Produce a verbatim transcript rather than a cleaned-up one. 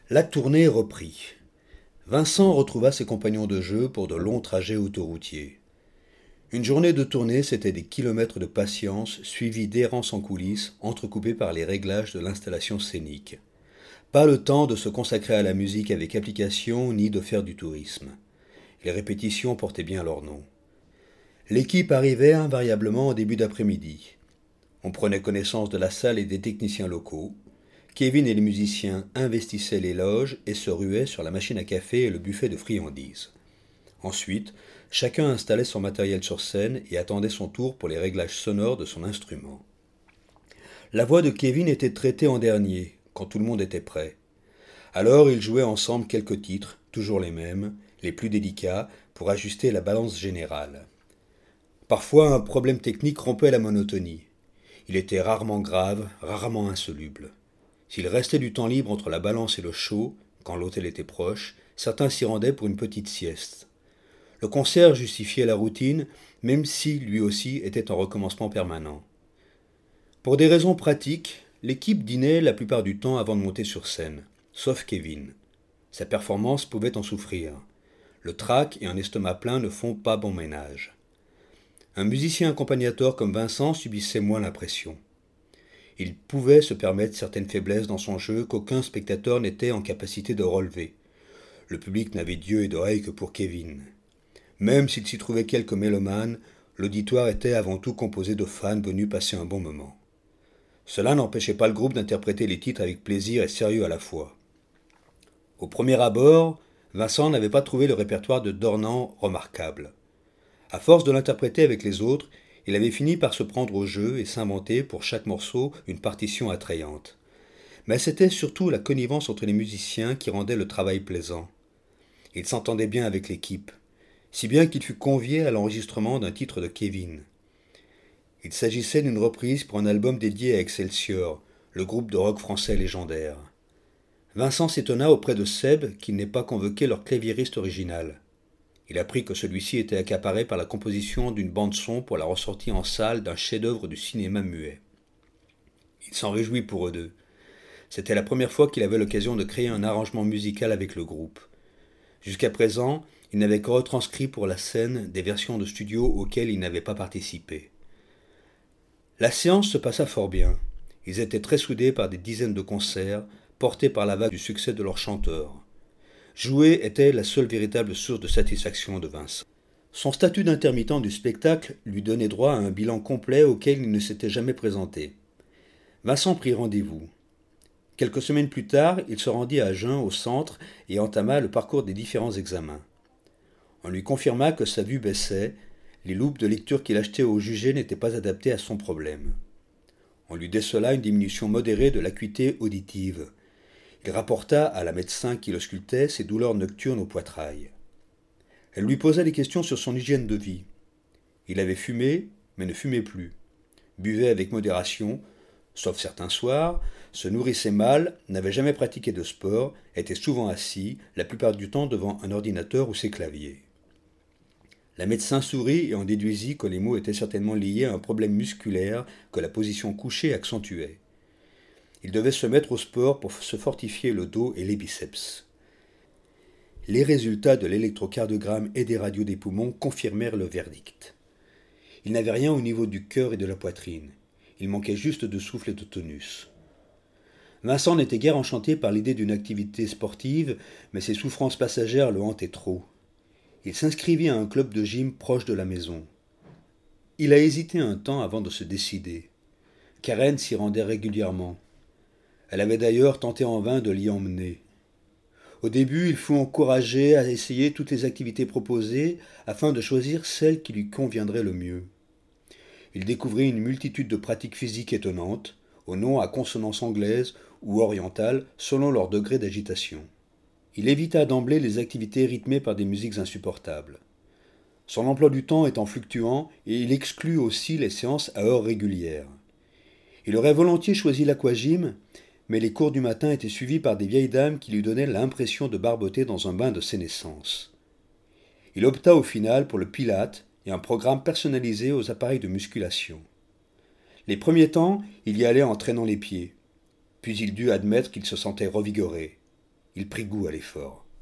La tournée reprit. Vincent retrouva ses compagnons de jeu pour de longs trajets autoroutiers. Une journée de tournée, c'était des kilomètres de patience, suivis d'errances en coulisses, entrecoupées par les réglages de l'installation scénique. Pas le temps de se consacrer à la musique avec application, ni de faire du tourisme. Les répétitions portaient bien leur nom. L'équipe arrivait invariablement au début d'après-midi. On prenait connaissance de la salle et des techniciens locaux. Kevin et les musiciens investissaient les loges et se ruaient sur la machine à café et le buffet de friandises. Ensuite, chacun installait son matériel sur scène et attendait son tour pour les réglages sonores de son instrument. La voix de Kevin était traitée en dernier, quand tout le monde était prêt. Alors ils jouaient ensemble quelques titres, toujours les mêmes, les plus délicats, pour ajuster la balance générale. Parfois un problème technique rompait la monotonie. Il était rarement grave, rarement insoluble. S'il restait du temps libre entre la balance et le show, quand l'hôtel était proche, certains s'y rendaient pour une petite sieste. Le concert justifiait la routine, même si lui aussi était en recommencement permanent. Pour des raisons pratiques, l'équipe dînait la plupart du temps avant de monter sur scène, sauf Kevin. Sa performance pouvait en souffrir. Le trac et un estomac plein ne font pas bon ménage. Un musicien accompagnateur comme Vincent subissait moins la pression. Il pouvait se permettre certaines faiblesses dans son jeu qu'aucun spectateur n'était en capacité de relever. Le public n'avait d'yeux et d'oreilles que pour Kevin. Même s'il s'y trouvait quelques mélomanes, l'auditoire était avant tout composé de fans venus passer un bon moment. Cela n'empêchait pas le groupe d'interpréter les titres avec plaisir et sérieux à la fois. Au premier abord, Vincent n'avait pas trouvé le répertoire de Dornan remarquable. À force de l'interpréter avec les autres, il avait fini par se prendre au jeu et s'inventer pour chaque morceau une partition attrayante. Mais c'était surtout la connivence entre les musiciens qui rendait le travail plaisant. Il s'entendait bien avec l'équipe, si bien qu'il fut convié à l'enregistrement d'un titre de Kevin. Il s'agissait d'une reprise pour un album dédié à Excelsior, le groupe de rock français légendaire. Vincent s'étonna auprès de Seb qu'il n'ait pas convoqué leur claviériste original. Il apprit que celui-ci était accaparé par la composition d'une bande-son pour la ressortie en salle d'un chef-d'œuvre du cinéma muet. Il s'en réjouit pour eux deux. C'était la première fois qu'il avait l'occasion de créer un arrangement musical avec le groupe. Jusqu'à présent, il n'avait que retranscrit pour la scène des versions de studio auxquelles il n'avait pas participé. La séance se passa fort bien. Ils étaient très soudés par des dizaines de concerts, portés par la vague du succès de leur chanteur. Jouer était la seule véritable source de satisfaction de Vincent. Son statut d'intermittent du spectacle lui donnait droit à un bilan complet auquel il ne s'était jamais présenté. Vincent prit rendez-vous. Quelques semaines plus tard, il se rendit à Agen, au centre, et entama le parcours des différents examens. On lui confirma que sa vue baissait, les loupes de lecture qu'il achetait au jugé n'étaient pas adaptées à son problème. On lui décela une diminution modérée de l'acuité auditive. Il rapporta à la médecin qui l'auscultait ses douleurs nocturnes au poitrail. Elle lui posa des questions sur son hygiène de vie. Il avait fumé, mais ne fumait plus. Buvait avec modération, sauf certains soirs, se nourrissait mal, n'avait jamais pratiqué de sport, était souvent assis, la plupart du temps devant un ordinateur ou ses claviers. La médecin sourit et en déduisit que les maux étaient certainement liés à un problème musculaire que la position couchée accentuait. Il devait se mettre au sport pour se fortifier le dos et les biceps. Les résultats de l'électrocardiogramme et des radios des poumons confirmèrent le verdict. Il n'avait rien au niveau du cœur et de la poitrine. Il manquait juste de souffle et de tonus. Vincent n'était guère enchanté par l'idée d'une activité sportive, mais ses souffrances passagères le hantaient trop. Il s'inscrivit à un club de gym proche de la maison. Il a hésité un temps avant de se décider. Karen s'y rendait régulièrement. Elle avait d'ailleurs tenté en vain de l'y emmener. Au début, il fut encouragé à essayer toutes les activités proposées afin de choisir celle qui lui conviendrait le mieux. Il découvrit une multitude de pratiques physiques étonnantes, aux noms à consonance anglaise ou orientale selon leur degré d'agitation. Il évita d'emblée les activités rythmées par des musiques insupportables. Son emploi du temps étant fluctuant, et il exclut aussi les séances à heures régulières. Il aurait volontiers choisi l'aquagym, mais les cours du matin étaient suivis par des vieilles dames qui lui donnaient l'impression de barboter dans un bain de sénescence. Il opta au final pour le pilate et un programme personnalisé aux appareils de musculation. Les premiers temps, il y allait en traînant les pieds. Puis il dut admettre qu'il se sentait revigoré. Il prit goût à l'effort.